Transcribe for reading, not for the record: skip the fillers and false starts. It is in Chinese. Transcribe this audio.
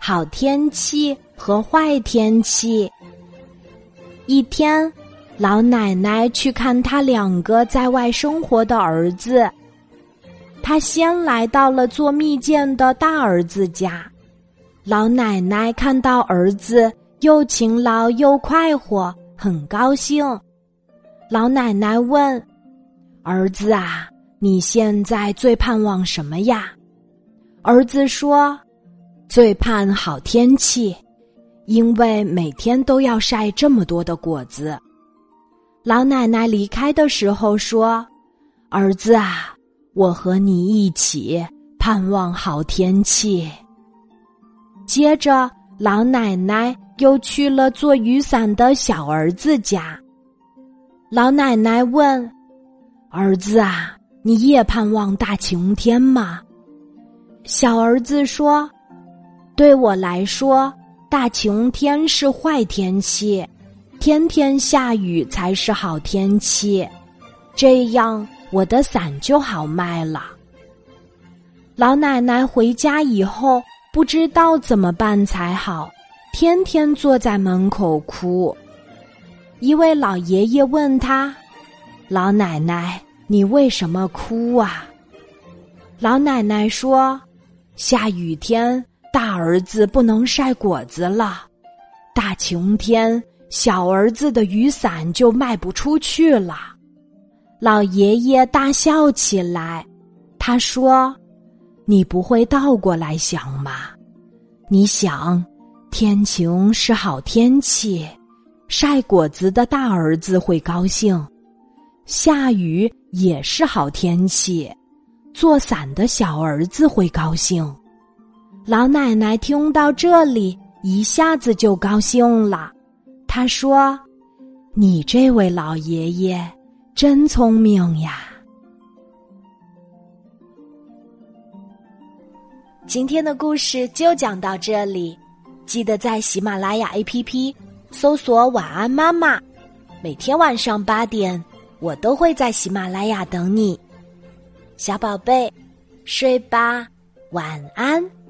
好天气和坏天气。一天，老奶奶去看她2个在外生活的儿子。她先来到了做蜜饯的大儿子家。老奶奶看到儿子又勤劳又快活，很高兴。老奶奶问：“儿子啊，你现在最盼望什么呀？”儿子说：“最盼好天气，因为每天都要晒这么多的果子。”老奶奶离开的时候说：“儿子啊，我和你一起盼望好天气。”接着，老奶奶又去了做雨伞的小儿子家。老奶奶问：“儿子啊，你也盼望大晴天吗？”小儿子说：“对我来说，大晴天是坏天气，天天下雨才是好天气，这样我的伞就好卖了。”老奶奶回家以后，不知道怎么办才好，天天坐在门口哭。一位老爷爷问他：“老奶奶，你为什么哭啊？”老奶奶说：“下雨天，大儿子不能晒果子了；大晴天，小儿子的雨伞就卖不出去了。”老爷爷大笑起来，他说：“你不会倒过来想吗？你想，天晴是好天气，晒果子的大儿子会高兴；下雨也是好天气，做伞的小儿子会高兴。”老奶奶听到这里，一下子就高兴了。她说：“你这位老爷爷真聪明呀！”今天的故事就讲到这里，记得在喜马拉雅 APP 搜索晚安妈妈，每天晚上8点，我都会在喜马拉雅等你。小宝贝，睡吧，晚安。